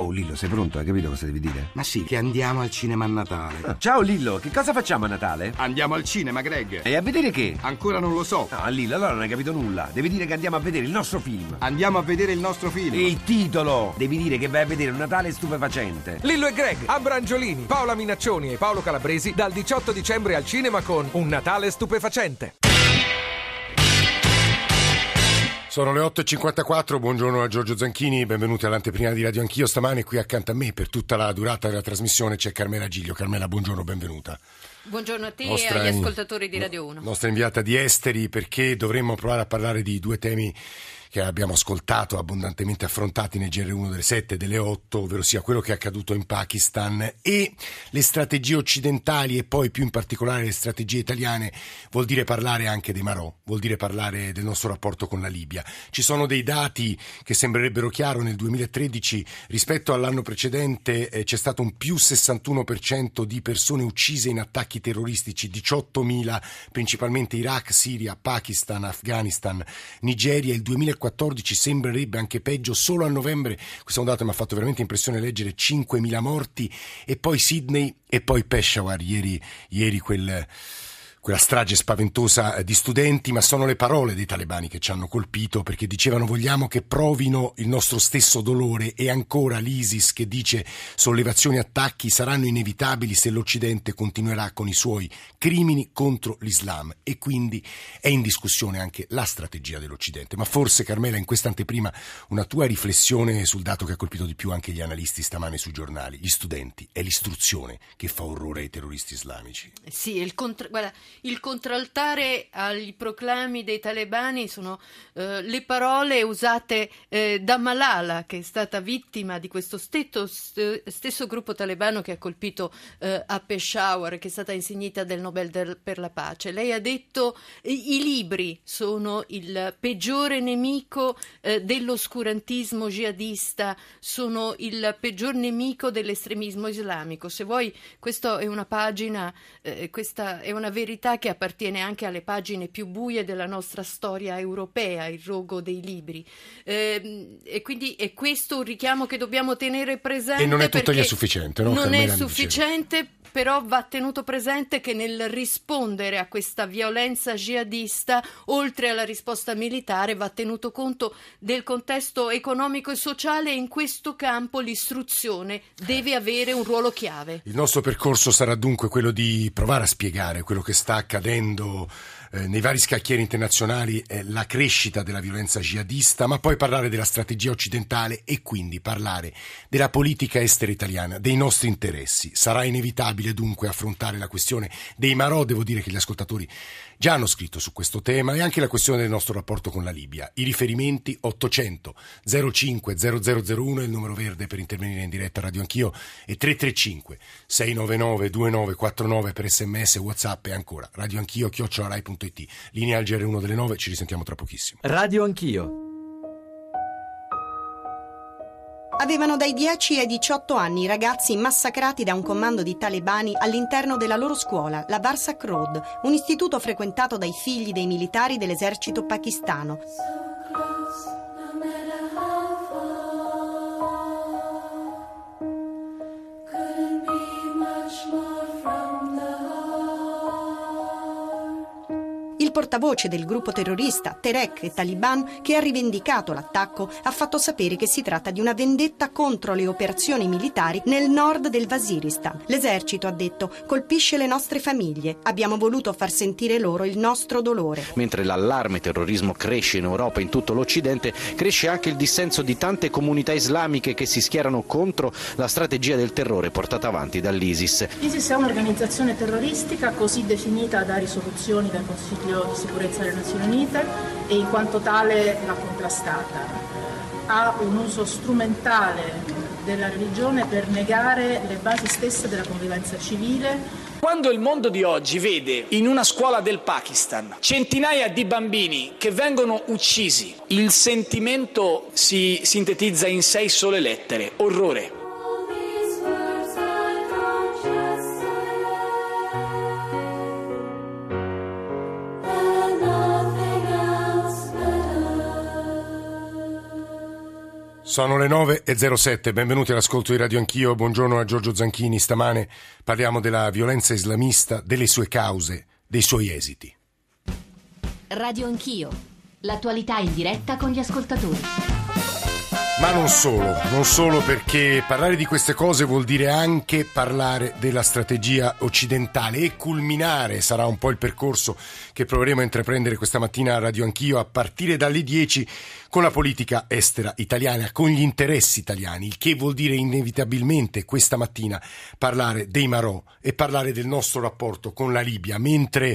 Oh Lillo, sei pronto? Hai capito cosa devi dire? Ma sì, che andiamo al cinema a Natale. Ciao Lillo, che cosa facciamo a Natale? Andiamo al cinema, Greg. E a vedere che? Ancora non lo so. No, Lillo, allora non hai capito nulla. Devi dire che andiamo a vedere il nostro film. Andiamo a vedere il nostro film. Il titolo! Devi dire che vai a vedere un Natale stupefacente. Lillo e Greg, Ambrangiolini, Paola Minaccioni e Paolo Calabresi dal 18 dicembre al cinema con Un Natale stupefacente. Sono le 8.54, buongiorno a Giorgio Zanchini, benvenuti all'anteprima di Radio Anch'io. Stamane qui accanto a me per tutta la durata della trasmissione c'è Carmela Giglio. Carmela, buongiorno, benvenuta. Buongiorno a te e agli ascoltatori di Radio 1. Nostra inviata di esteri, perché dovremmo provare a parlare di due temi che abbiamo ascoltato, abbondantemente affrontati nel GR1 delle 7 e delle 8, ovvero sia quello che è accaduto in Pakistan e le strategie occidentali e poi più in particolare le strategie italiane. Vuol dire parlare anche dei Marò, vuol dire parlare del nostro rapporto con la Libia. Ci sono dei dati che sembrerebbero chiaro. Nel 2013 rispetto all'anno precedente c'è stato un più 61% di persone uccise in attacchi terroristici, 18.000, principalmente Iraq, Siria, Pakistan, Afghanistan, Nigeria. Il 2014 sembrerebbe anche peggio, solo a novembre, questo è un dato che mi ha fatto veramente impressione leggere, 5.000 morti, e poi Sydney e poi Peshawar, ieri quella strage spaventosa di studenti. Ma sono le parole dei talebani che ci hanno colpito, perché dicevano: vogliamo che provino il nostro stesso dolore. E ancora l'ISIS che dice: sollevazioni e attacchi saranno inevitabili se l'Occidente continuerà con i suoi crimini contro l'Islam. E quindi è in discussione anche la strategia dell'Occidente. Ma forse, Carmela, in questa anteprima una tua riflessione sul dato che ha colpito di più anche gli analisti stamane sui giornali: gli studenti, è l'istruzione che fa orrore ai terroristi islamici. Sì, il contraltare ai proclami dei talebani sono le parole usate da Malala, che è stata vittima di questo stesso gruppo talebano che ha colpito a Peshawar, che è stata insignita del Nobel per la pace. Lei ha detto: i libri sono il peggiore nemico dell'oscurantismo jihadista, sono il peggior nemico dell'estremismo islamico. Se vuoi, questa è una pagina, questa è una verità che appartiene anche alle pagine più buie della nostra storia europea, il rogo dei libri. E quindi è questo un richiamo che dobbiamo tenere presente. E non è tuttavia sufficiente, no? Non è sufficiente, però va tenuto presente che nel rispondere a questa violenza jihadista, oltre alla risposta militare, va tenuto conto del contesto economico e sociale, e in questo campo l'istruzione deve avere un ruolo chiave. Il nostro percorso sarà dunque quello di provare a spiegare quello che sta accadendo nei vari scacchieri internazionali, la crescita della violenza jihadista, ma poi parlare della strategia occidentale e quindi parlare della politica estera italiana, dei nostri interessi. Sarà inevitabile dunque affrontare la questione dei Marò. Devo dire che gli ascoltatori già hanno scritto su questo tema, e anche la questione del nostro rapporto con la Libia. I riferimenti: 800 05 0001 è il numero verde per intervenire in diretta a Radio Anch'io, e 335 699 2949 per SMS, WhatsApp, e ancora Radio Anch'io @rai.it. Linea al GR1 delle 9, ci risentiamo tra pochissimo. Radio Anch'io. Avevano dai 10 ai 18 anni i ragazzi massacrati da un comando di talebani all'interno della loro scuola, la Varsak Road, un istituto frequentato dai figli dei militari dell'esercito pakistano. Il portavoce del gruppo terrorista Tehrik e Taliban, che ha rivendicato l'attacco, ha fatto sapere che si tratta di una vendetta contro le operazioni militari nel nord del Waziristan. L'esercito, ha detto, colpisce le nostre famiglie. Abbiamo voluto far sentire loro il nostro dolore. Mentre l'allarme terrorismo cresce in Europa e in tutto l'Occidente, cresce anche il dissenso di tante comunità islamiche che si schierano contro la strategia del terrore portata avanti dall'ISIS. L'ISIS è un'organizzazione terroristica così definita da risoluzioni del Consiglio di sicurezza delle Nazioni Unite, e in quanto tale va contrastata. Ha un uso strumentale della religione per negare le basi stesse della convivenza civile. Quando il mondo di oggi vede in una scuola del Pakistan centinaia di bambini che vengono uccisi, il sentimento si sintetizza in 6 sole lettere: orrore. Sono le 9:07, benvenuti all'ascolto di Radio Anch'io, buongiorno a Giorgio Zanchini. Stamane parliamo della violenza islamista, delle sue cause, dei suoi esiti. Radio Anch'io, l'attualità in diretta con gli ascoltatori. Ma non solo, perché parlare di queste cose vuol dire anche parlare della strategia occidentale e culminare sarà un po' il percorso che proveremo a intraprendere questa mattina a Radio Anch'io a partire dalle 10 con la politica estera italiana, con gli interessi italiani, il che vuol dire inevitabilmente questa mattina parlare dei marò e parlare del nostro rapporto con la Libia. Mentre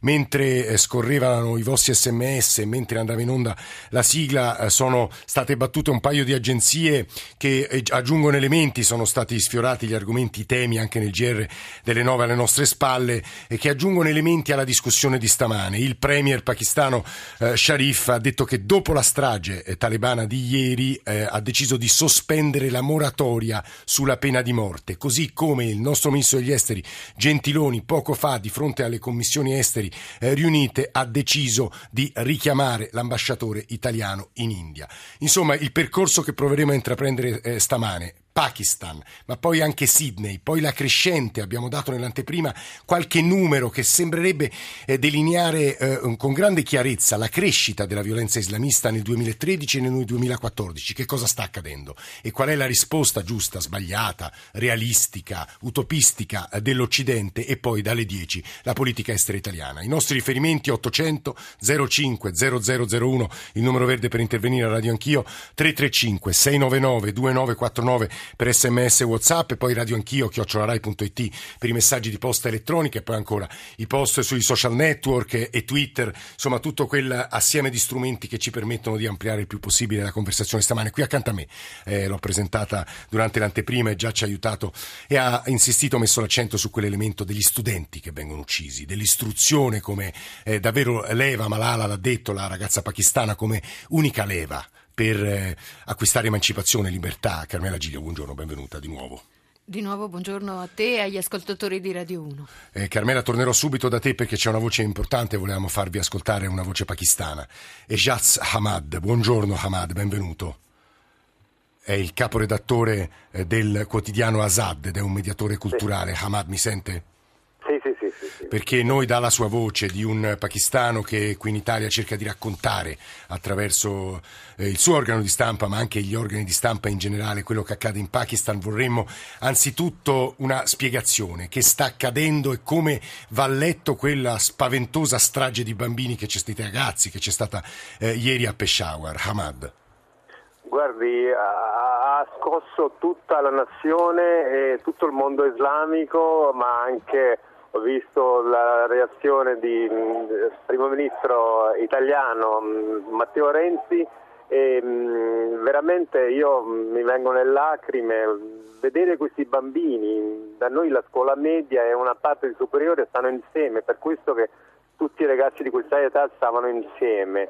scorrevano i vostri SMS, mentre andava in onda la sigla, sono state battute un paio di agenzie che aggiungono elementi, sono stati sfiorati gli argomenti, i temi anche nel GR delle 9 alle nostre spalle, e che aggiungono elementi alla discussione di stamane. Il premier pakistano Sharif ha detto che dopo la strage talebana di ieri ha deciso di sospendere la moratoria sulla pena di morte, così come il nostro ministro degli esteri Gentiloni poco fa di fronte alle commissioni esteri riunite ha deciso di richiamare l'ambasciatore italiano in India. Insomma, il percorso che proveremo a intraprendere stamane: Pakistan, ma poi anche Sydney, poi la crescente, abbiamo dato nell'anteprima qualche numero che sembrerebbe delineare con grande chiarezza la crescita della violenza islamista nel 2013 e nel 2014. Che cosa sta accadendo e qual è la risposta giusta, sbagliata, realistica, utopistica dell'Occidente? E poi dalle 10 la politica estera italiana. I nostri riferimenti: 800 05 0001, il numero verde per intervenire a Radio Anch'io, 335 699 2949 per SMS WhatsApp, e poi radioanchio@rai.it per i messaggi di posta elettronica, e poi ancora i post sui social network e Twitter, insomma tutto quel assieme di strumenti che ci permettono di ampliare il più possibile la conversazione stamane. Qui accanto a me l'ho presentata durante l'anteprima e già ci ha aiutato e ha insistito, messo l'accento su quell'elemento degli studenti che vengono uccisi, dell'istruzione come davvero leva. Malala l'ha detto, la ragazza pakistana, come unica leva per acquistare emancipazione e libertà. Carmela Giglio, buongiorno, benvenuta di nuovo. Di nuovo buongiorno a te e agli ascoltatori di Radio 1. Carmela, tornerò subito da te perché c'è una voce importante, volevamo farvi ascoltare una voce pakistana. Ejaz Hamad, buongiorno Hamad, benvenuto. È il caporedattore del quotidiano Azad ed è un mediatore culturale. Sì. Hamad, mi sente? Sì. Perché noi, dalla sua voce, di un pakistano che qui in Italia cerca di raccontare attraverso il suo organo di stampa, ma anche gli organi di stampa in generale, quello che accade in Pakistan, vorremmo anzitutto una spiegazione: che sta accadendo e come va letto quella spaventosa strage di bambini che c'è stata, ragazzi, che c'è stata ieri a Peshawar. Hamad. Guardi, ha scosso tutta la nazione e tutto il mondo islamico, ma anche ho visto la reazione del primo ministro italiano Matteo Renzi e veramente io mi vengono le lacrime vedere questi bambini. Da noi la scuola media e una parte di superiore stanno insieme, per questo che tutti i ragazzi di questa età stavano insieme.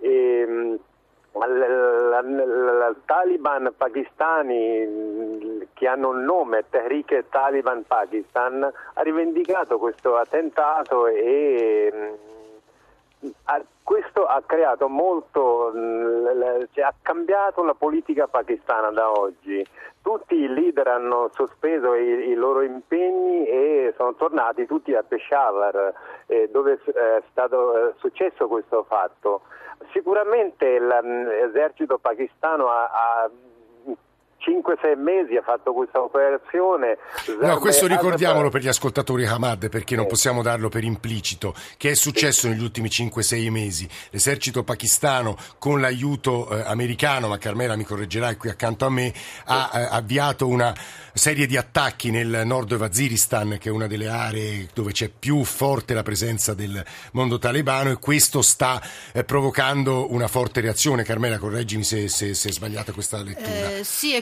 Il Taliban pakistani, che hanno un nome, Tehrik Taliban Pakistan, ha rivendicato questo attentato e questo ha creato molto, ha cambiato la politica pakistana da oggi. Tutti i leader hanno sospeso i loro impegni e sono tornati tutti a Peshawar, dove è stato successo questo fatto. Sicuramente l'esercito pakistano ha 5-6 mesi ha fatto questa operazione. No, questo ricordiamolo per gli ascoltatori, Hamad, perché non possiamo darlo per implicito. Che è successo negli ultimi 5-6 mesi? L'esercito pakistano, con l'aiuto americano, ma Carmela mi correggerà, è qui accanto a me, ha avviato una serie di attacchi nel nord Waziristan, che è una delle aree dove c'è più forte la presenza del mondo talebano, e questo sta provocando una forte reazione. Carmela, correggimi se è sbagliata questa lettura. Sì, è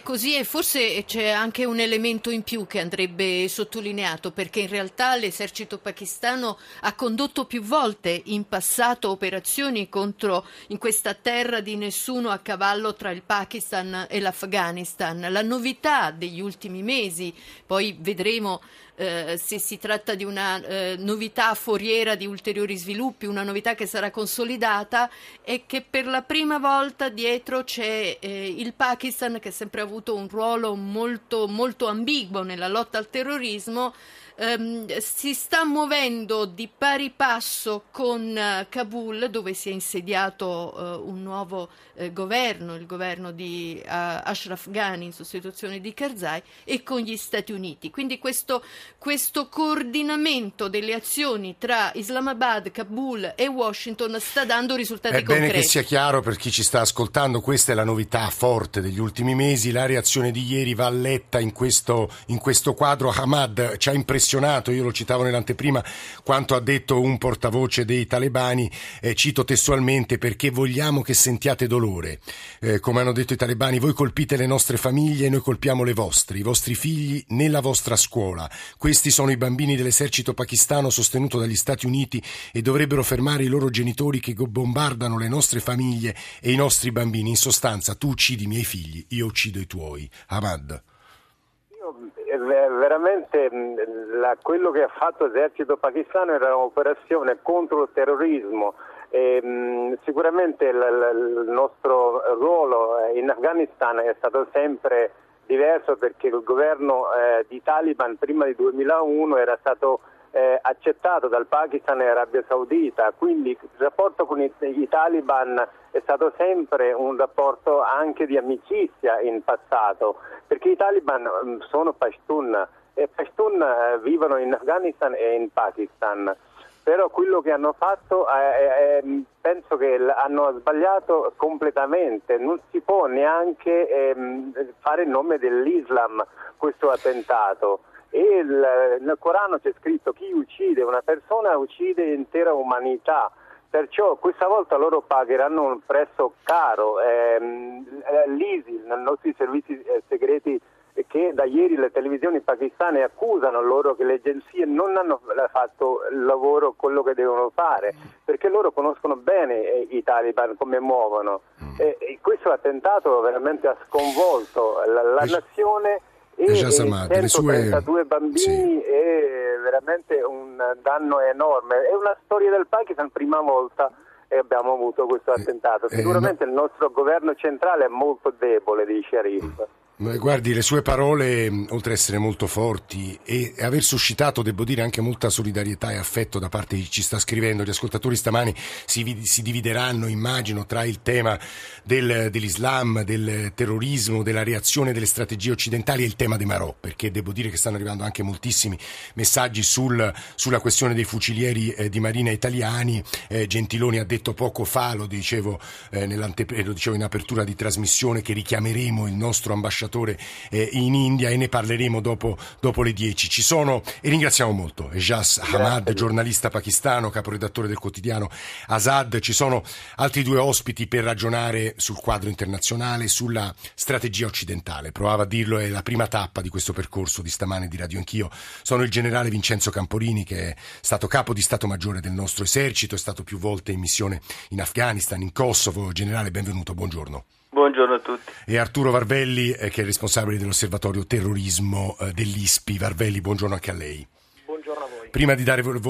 così, e forse c'è anche un elemento in più che andrebbe sottolineato, perché in realtà l'esercito pakistano ha condotto più volte in passato operazioni in questa terra di nessuno a cavallo tra il Pakistan e l'Afghanistan. La novità degli ultimi mesi, poi vedremo se si tratta di una novità foriera di ulteriori sviluppi, una novità che sarà consolidata, è che per la prima volta dietro c'è il Pakistan, che ha sempre avuto un ruolo molto, molto ambiguo nella lotta al terrorismo. Si sta muovendo di pari passo con Kabul, dove si è insediato un nuovo governo, il governo di Ashraf Ghani in sostituzione di Karzai, e con gli Stati Uniti. Quindi questo coordinamento delle azioni tra Islamabad, Kabul e Washington sta dando risultati concreti. È bene che sia chiaro per chi ci sta ascoltando, questa è la novità forte degli ultimi mesi. La reazione di ieri va letta in questo quadro. Ahmad ci ha impressionato, io lo citavo nell'anteprima, quanto ha detto un portavoce dei talebani, cito testualmente: perché vogliamo che sentiate dolore. Come hanno detto i talebani, voi colpite le nostre famiglie e noi colpiamo le vostre, i vostri figli nella vostra scuola. Questi sono i bambini dell'esercito pakistano sostenuto dagli Stati Uniti e dovrebbero fermare i loro genitori che bombardano le nostre famiglie e i nostri bambini. In sostanza, tu uccidi i miei figli, io uccido i tuoi. Ahmad. Veramente quello che ha fatto l'esercito pakistano era un'operazione contro il terrorismo. Sicuramente il nostro ruolo in Afghanistan è stato sempre diverso, perché il governo di Taliban prima di 2001 era stato accettato dal Pakistan e Arabia Saudita, quindi il rapporto con i Taliban è stato sempre un rapporto anche di amicizia in passato, perché i Taliban sono Pashtun e Pashtun vivono in Afghanistan e in Pakistan. Però quello che hanno fatto penso che hanno sbagliato completamente. Non si può neanche fare il nome dell'Islam questo attentato. E nel Corano c'è scritto: chi uccide una persona uccide l'intera umanità. Perciò questa volta loro pagheranno un prezzo caro. L'ISIL, i nostri servizi segreti, che da ieri le televisioni pakistane accusano loro che le agenzie non hanno fatto il lavoro, quello che devono fare, perché loro conoscono bene i Taliban, come muovono. E questo attentato veramente ha sconvolto la nazione. E 132 bambini, sì. È veramente un danno enorme. È una storia del Pakistan, prima volta abbiamo avuto questo attentato. Sicuramente il nostro governo centrale è molto debole di Sharif. Guardi, le sue parole, oltre ad essere molto forti e aver suscitato, devo dire, anche molta solidarietà e affetto da parte di chi ci sta scrivendo, gli ascoltatori stamani si divideranno, immagino, tra il tema dell'Islam, del terrorismo, della reazione delle strategie occidentali e il tema dei Marò, perché devo dire che stanno arrivando anche moltissimi messaggi sulla questione dei fucilieri di marina italiani. Gentiloni ha detto poco fa, lo dicevo in apertura di trasmissione, che richiameremo il nostro ambasciatore in India e ne parleremo dopo le 10. Ci sono, e ringraziamo molto, Ejaz Ahmad, giornalista pakistano, caporedattore del quotidiano Azad. Ci sono altri due ospiti per ragionare sul quadro internazionale, sulla strategia occidentale. Provava a dirlo, è la prima tappa di questo percorso di stamane di Radio Anch'io. Sono il generale Vincenzo Camporini, che è stato capo di Stato Maggiore del nostro esercito, è stato più volte in missione in Afghanistan, in Kosovo. Generale, benvenuto, buongiorno. Buongiorno a tutti. E Arturo Varvelli, che è responsabile dell'osservatorio terrorismo dell'ISPI. Varvelli, buongiorno anche a lei. Buongiorno a voi. Prima di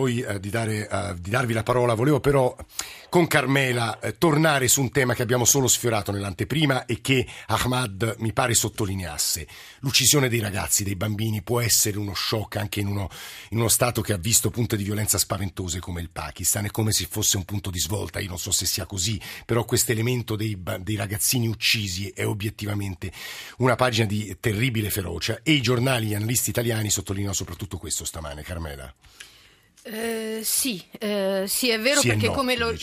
darvi la parola, volevo però con Carmela tornare su un tema che abbiamo solo sfiorato nell'anteprima e che Ahmad mi pare sottolineasse. L'uccisione dei ragazzi, dei bambini, può essere uno shock anche in uno Stato che ha visto punte di violenza spaventose come il Pakistan. È come se fosse un punto di svolta. Io non so se sia così, però questo elemento dei ragazzini uccisi è obiettivamente una pagina di terribile ferocia, e i giornali, gli analisti italiani sottolineano soprattutto questo stamane. Carmela. Sì, è vero, sì, perché no, come lo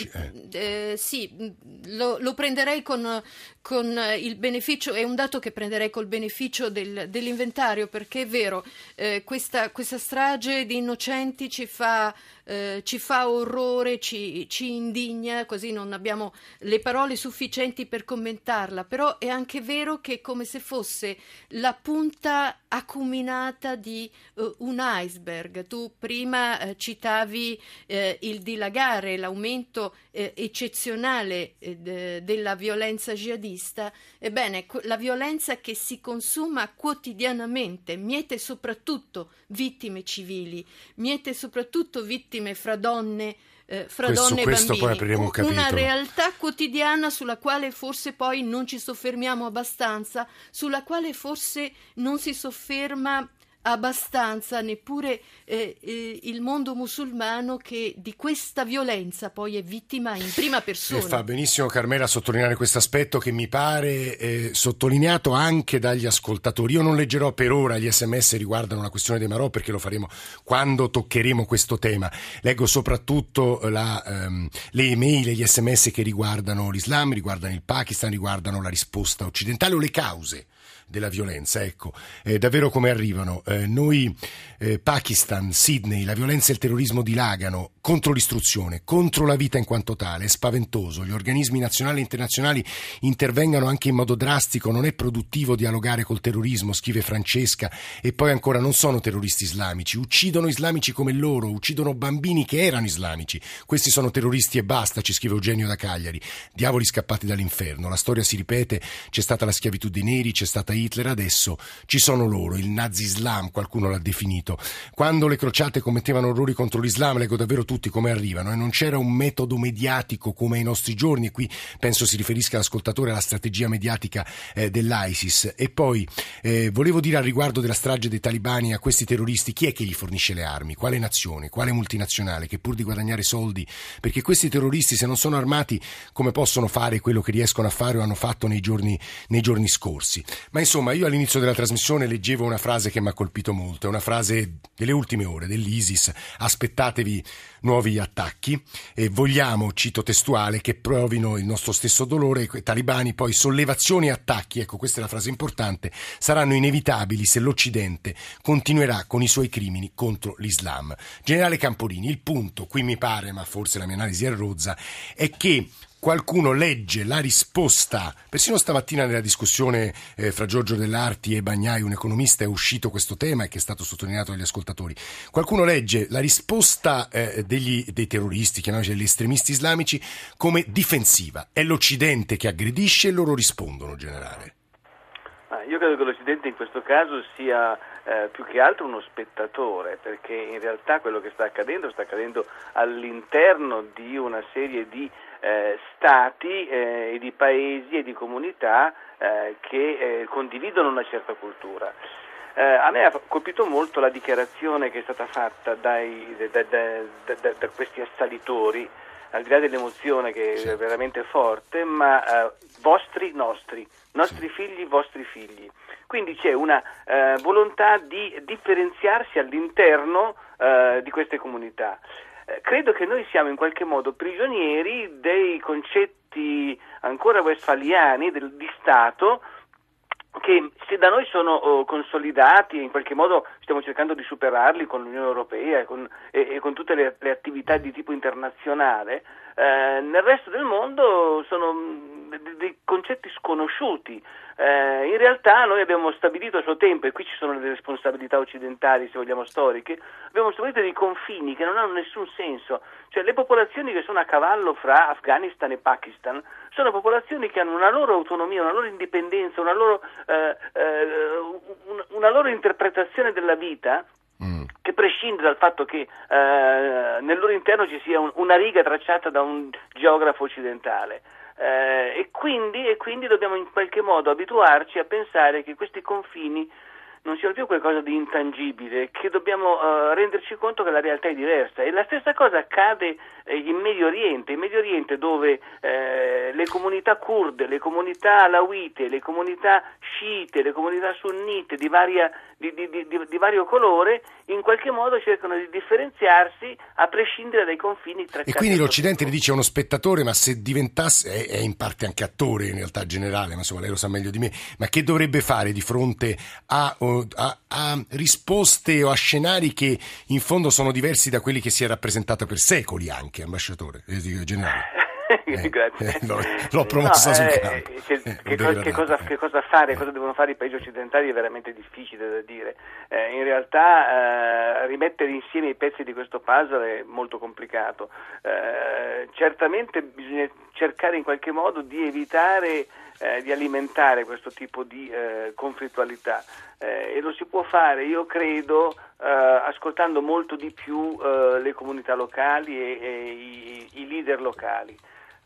prenderei con il beneficio, è un dato che prenderei col beneficio dell'inventario, perché è vero, questa strage di innocenti ci fa orrore, ci indigna, così non abbiamo le parole sufficienti per commentarla, però è anche vero che è come se fosse la punta acuminata di un iceberg. Tu prima citavi il dilagare, l'aumento eccezionale della violenza jihadista. Ebbene, la violenza che si consuma quotidianamente miete soprattutto vittime civili, miete soprattutto vittime fra donne e questo bambini. poi apriremo un capitolo. Una realtà quotidiana sulla quale forse poi non ci soffermiamo abbastanza, sulla quale forse non si sofferma abbastanza neppure il mondo musulmano, che di questa violenza poi è vittima in prima persona. E fa benissimo Carmela a sottolineare questo aspetto, che mi pare sottolineato anche dagli ascoltatori. Io non leggerò per ora gli SMS riguardano la questione dei Marò, perché lo faremo quando toccheremo questo tema. Leggo soprattutto le email e gli SMS che riguardano l'Islam, riguardano il Pakistan, riguardano la risposta occidentale o le cause della violenza. Ecco, davvero come arrivano. Noi, Pakistan, Sydney, la violenza e il terrorismo dilagano contro l'istruzione, contro la vita in quanto tale. È spaventoso. Gli organismi nazionali e internazionali intervengano anche in modo drastico. Non è produttivo dialogare col terrorismo, scrive Francesca. E poi ancora, non sono terroristi islamici, uccidono islamici come loro, uccidono bambini che erano islamici. Questi sono terroristi e basta, ci scrive Eugenio da Cagliari. Diavoli scappati dall'inferno. La storia si ripete, c'è stata la schiavitù dei neri, c'è stata Hitler, adesso ci sono loro, il Nazi-Islam, qualcuno l'ha definito. Quando le crociate commettevano orrori contro l'Islam, leggo davvero tutti come arrivano, e non c'era un metodo mediatico come ai nostri giorni, e qui penso si riferisca all'ascoltatore alla strategia mediatica dell'ISIS. E poi volevo dire al riguardo della strage dei talibani a questi terroristi, chi è che gli fornisce le armi? Quale nazione? Quale multinazionale? Che pur di guadagnare soldi, perché questi terroristi, se non sono armati, come possono fare quello che riescono a fare o hanno fatto nei giorni scorsi? Ma insomma, io all'inizio della trasmissione leggevo una frase che mi ha colpito molto, è una frase delle ultime ore dell'ISIS: aspettatevi nuovi attacchi e vogliamo, cito testuale, che provino il nostro stesso dolore. I talibani poi, sollevazioni e attacchi, ecco questa è la frase importante, saranno inevitabili se l'Occidente continuerà con i suoi crimini contro l'Islam. Generale Camporini, il punto, qui mi pare, ma forse la mia analisi è rozza, è che qualcuno legge la risposta, persino stamattina nella discussione fra Giorgio Dell'Arti e Bagnai, un economista, è uscito questo tema e che è stato sottolineato dagli ascoltatori. Qualcuno legge la risposta dei terroristi, chiamiamoci degli estremisti islamici, come difensiva. È l'Occidente che aggredisce e loro rispondono, generale. Io credo che l'Occidente in questo caso sia più che altro uno spettatore, perché in realtà quello che sta accadendo all'interno di una serie di stati e di paesi e di comunità che condividono una certa cultura. A me ha colpito molto la dichiarazione che è stata fatta da questi assalitori, al di là dell'emozione che è veramente forte, ma nostri figli, vostri figli. Quindi c'è una volontà di differenziarsi all'interno di queste comunità. Credo che noi siamo in qualche modo prigionieri dei concetti ancora westfaliani di Stato, che se da noi sono consolidati e in qualche modo stiamo cercando di superarli con l'Unione Europea e con tutte le attività di tipo internazionale, nel resto del mondo sono dei concetti sconosciuti. In realtà noi abbiamo stabilito a suo tempo, e qui ci sono le responsabilità occidentali, se vogliamo storiche, abbiamo stabilito dei confini che non hanno nessun senso. Cioè, le popolazioni che sono a cavallo fra Afghanistan e Pakistan sono popolazioni che hanno una loro autonomia, una loro indipendenza, una loro interpretazione della vita, che prescinde dal fatto che nel loro interno ci sia una riga tracciata da un geografo occidentale. E quindi dobbiamo in qualche modo abituarci a pensare che questi confini non siano più qualcosa di intangibile, che dobbiamo renderci conto che la realtà è diversa. E la stessa cosa accade in Medio Oriente dove le comunità curde, le comunità alawite, le comunità sciite, le comunità sunnite di vario colore in qualche modo cercano di differenziarsi a prescindere dai confini traccati. E quindi l'Occidente ne dice uno spettatore, ma se diventasse, è in parte anche attore in realtà generale, ma insomma lei lo sa meglio di me, ma che dovrebbe fare di fronte a risposte o a scenari che in fondo sono diversi da quelli che si è rappresentato per secoli anche, ambasciatore, generale? Grazie. L'ho promossa sul campo. Che cosa fare, cosa devono fare i paesi occidentali è veramente difficile da dire. In realtà rimettere insieme i pezzi di questo puzzle è molto complicato. Certamente bisogna cercare in qualche modo di evitare di alimentare questo tipo di conflittualità e lo si può fare, io credo, ascoltando molto di più le comunità locali e i leader locali.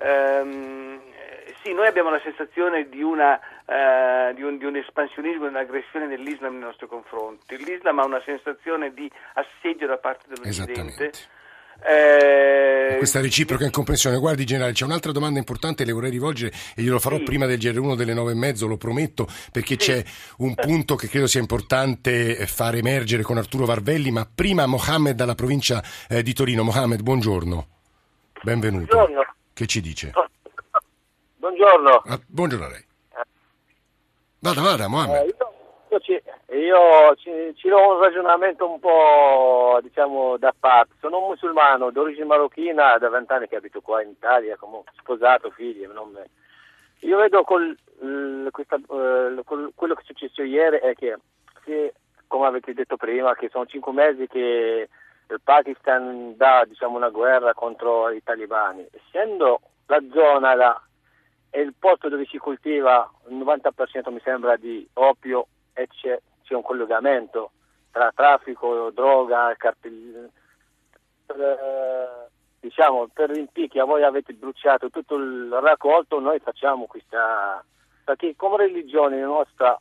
Sì, noi abbiamo la sensazione di un espansionismo e un'aggressione dell'Islam nei nostri confronti. L'Islam ha una sensazione di assedio da parte dell'Occidente. Questa reciproca incomprensione. Guardi generale, c'è un'altra domanda importante, le vorrei rivolgere e glielo farò prima del GR1 delle 9:30, lo prometto, perché c'è un punto che credo sia importante far emergere con Arturo Varvelli, ma prima Mohammed dalla provincia di Torino. Mohammed, buongiorno, benvenuto. Buongiorno. Che ci dice? Buongiorno. Buongiorno a lei. Vada Mohammed. Io ci ho un ragionamento un po', diciamo, da parte. Sono un musulmano d'origine marocchina, da 20 anni che abito qua in Italia, come sposato, figli. Io vedo quello che è successo ieri è che, come avete detto prima, che sono 5 mesi che il Pakistan dà, diciamo, una guerra contro i talebani. Essendo la zona è il posto dove si coltiva il 90% mi sembra di opio, e c'è un collegamento tra traffico, droga, diciamo, per impicchi. A voi avete bruciato tutto il raccolto, noi facciamo questa, perché come religione nostra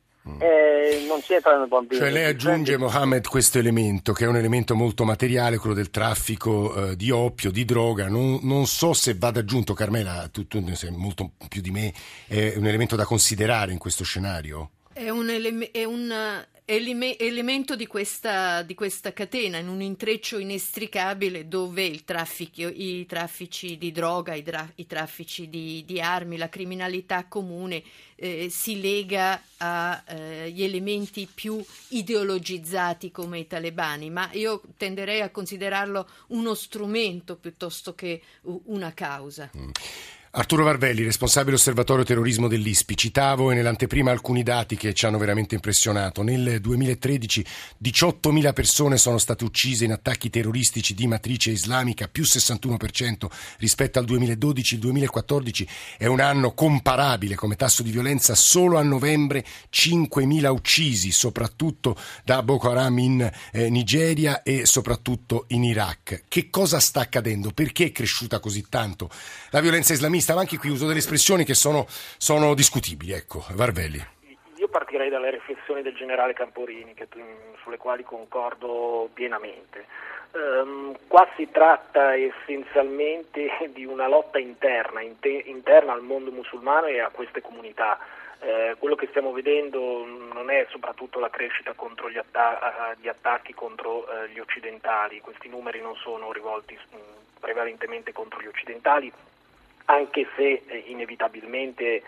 non c'entrano i bambini. Cioè lei aggiunge, Mohammed, questo elemento che è un elemento molto materiale, quello del traffico di oppio, di droga. Non so se vada aggiunto, Carmela, tu sei molto più di me, è un elemento da considerare in questo scenario? È un elemento di questa catena, in un intreccio inestricabile dove i traffici di droga, i traffici di armi, la criminalità comune si lega agli elementi più ideologizzati come i talebani, ma io tenderei a considerarlo uno strumento piuttosto che una causa. Arturo Varvelli, responsabile osservatorio terrorismo dell'ISPI. Citavo nell'anteprima alcuni dati che ci hanno veramente impressionato. Nel 2013 18.000 persone sono state uccise in attacchi terroristici di matrice islamica, più 61% rispetto al 2012. Il 2014 è un anno comparabile come tasso di violenza. Solo a novembre 5.000 uccisi, soprattutto da Boko Haram in Nigeria e soprattutto in Iraq. Che cosa sta accadendo? Perché è cresciuta così tanto la violenza islamista? Ma anche qui uso delle espressioni che sono discutibili. Ecco, Varvelli. Io partirei dalle riflessioni del generale Camporini, sulle quali concordo pienamente. Qua si tratta essenzialmente di una lotta interna al mondo musulmano e a queste comunità. Quello che stiamo vedendo non è soprattutto la crescita contro gli attacchi contro gli occidentali. Questi numeri non sono rivolti prevalentemente contro gli occidentali, anche se inevitabilmente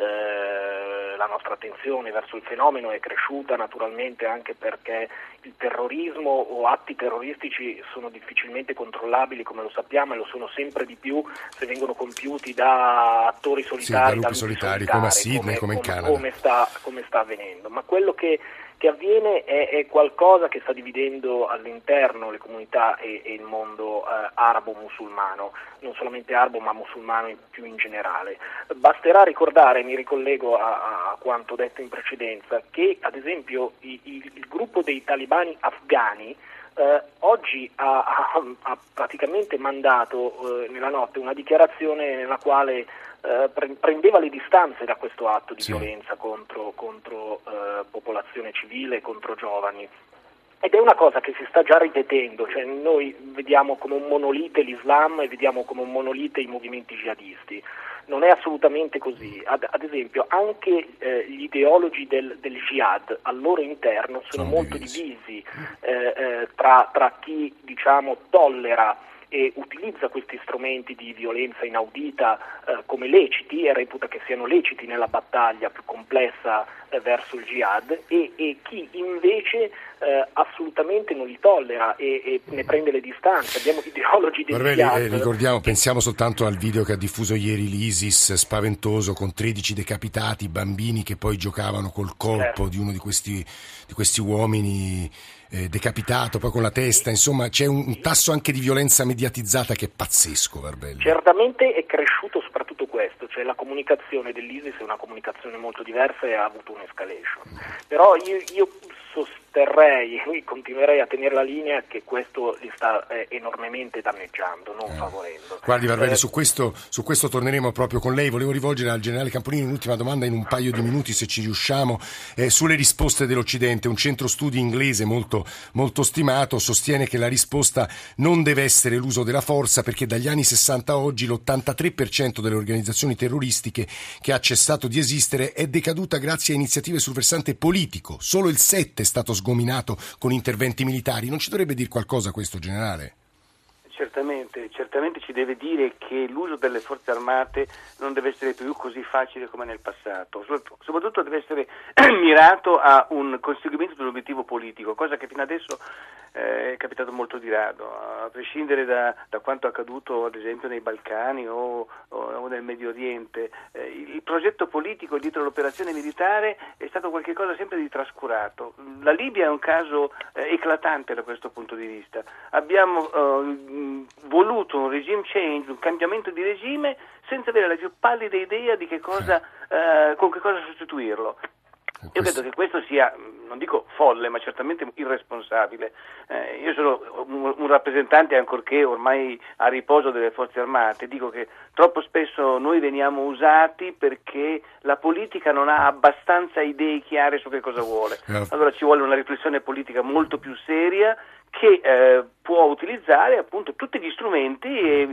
la nostra attenzione verso il fenomeno è cresciuta, naturalmente anche perché il terrorismo o atti terroristici sono difficilmente controllabili, come lo sappiamo, e lo sono sempre di più se vengono compiuti da attori solitari, da lupi solitari, come a Sydney, come in Canada, come sta avvenendo. Ma quello che avviene è qualcosa che sta dividendo all'interno le comunità e il mondo arabo-musulmano, non solamente arabo ma musulmano più in generale. Basterà ricordare, mi ricollego a quanto detto in precedenza, che ad esempio il gruppo dei talebani afghani oggi ha praticamente mandato nella notte una dichiarazione nella quale prendeva le distanze da questo atto di violenza contro popolazione civile, contro giovani. Ed è una cosa che si sta già ripetendo, cioè noi vediamo come un monolite l'Islam e vediamo come un monolite i movimenti jihadisti. Non è assolutamente così. Ad esempio anche gli ideologi del jihad al loro interno sono molto divisi tra chi tollera e utilizza questi strumenti di violenza inaudita come leciti e reputa che siano leciti nella battaglia più complessa verso il jihad e chi invece assolutamente non li tollera e ne prende le distanze. Abbiamo ideologi del jihad. Ricordiamo, pensiamo soltanto al video che ha diffuso ieri l'ISIS, spaventoso, con 13 decapitati, bambini che poi giocavano col corpo di uno di questi uomini decapitato, poi con la testa, insomma c'è un tasso anche di violenza mediatizzata che è pazzesco, Verbelli. Certamente è cresciuto soprattutto questo, cioè la comunicazione dell'ISIS è una comunicazione molto diversa e ha avuto un'escalation. Però io sosterrei, continuerei a tenere la linea che questo li sta enormemente danneggiando, non favorendo. Guardi Verbelli, su questo torneremo proprio con lei. Volevo rivolgere al generale Camporini un'ultima domanda in un paio di minuti, se ci riusciamo, sulle risposte dell'Occidente. Un centro studi inglese molto, molto stimato sostiene che la risposta non deve essere l'uso della forza, perché dagli anni 60 a oggi l'83% delle organizzazioni terroristiche che ha cessato di esistere è decaduta grazie a iniziative sul versante politico. Solo il 7% è stato sgominato con interventi militari. Non ci dovrebbe dire qualcosa questo, generale? Certamente ci deve dire che l'uso delle forze armate non deve essere più così facile come nel passato, soprattutto deve essere mirato a un conseguimento di un obiettivo politico, cosa che fino adesso è capitato molto di rado, a prescindere da quanto accaduto ad esempio nei Balcani o nel Medio Oriente. Il progetto politico dietro l'operazione militare è stato qualcosa sempre di trascurato. La Libia è un caso eclatante da questo punto di vista. Abbiamo voluto un regime change, un cambiamento di regime senza avere la più pallida idea di con che cosa sostituirlo. Io credo che questo sia, non dico folle, ma certamente irresponsabile. Io sono un rappresentante, ancorché ormai a riposo, delle forze armate. Dico che troppo spesso noi veniamo usati perché la politica non ha abbastanza idee chiare su che cosa vuole. Allora ci vuole una riflessione politica molto più seria che può utilizzare appunto tutti gli strumenti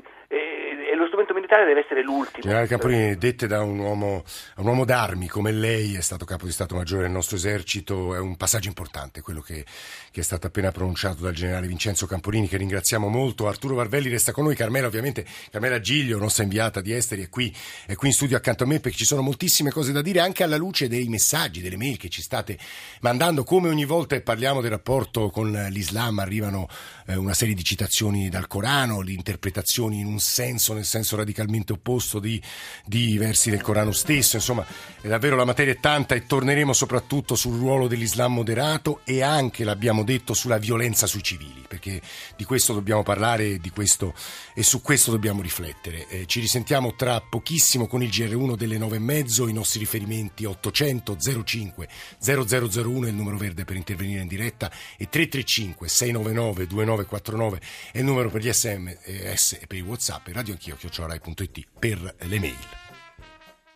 e lo strumento militare deve essere l'ultimo. Generale Camporini, dette da un uomo d'armi come lei, è stato capo di Stato Maggiore del nostro esercito, è un passaggio importante quello che è stato appena pronunciato dal generale Vincenzo Camporini, che ringraziamo molto. Arturo Varvelli resta con noi, Carmela Giglio, nostra inviata di esteri, è qui in studio accanto a me, perché ci sono moltissime cose da dire anche alla luce dei messaggi, delle mail che ci state mandando. Come ogni volta che parliamo del rapporto con l'Islam arrivano una serie di citazioni dal Corano, le interpretazioni nel senso radicalmente opposto di versi del Corano stesso. Insomma, è davvero, la materia è tanta e torneremo soprattutto sul ruolo dell'Islam moderato e anche, l'abbiamo detto, sulla violenza sui civili, perché di questo dobbiamo parlare e su questo dobbiamo riflettere. Ci risentiamo tra pochissimo con il GR1 delle 9:30, i nostri riferimenti 800 05 0001 è il numero verde per intervenire in diretta e 335 699 2949 è il numero per gli SMS e per i WhatsApp, e radioanchio@rai.it per le mail.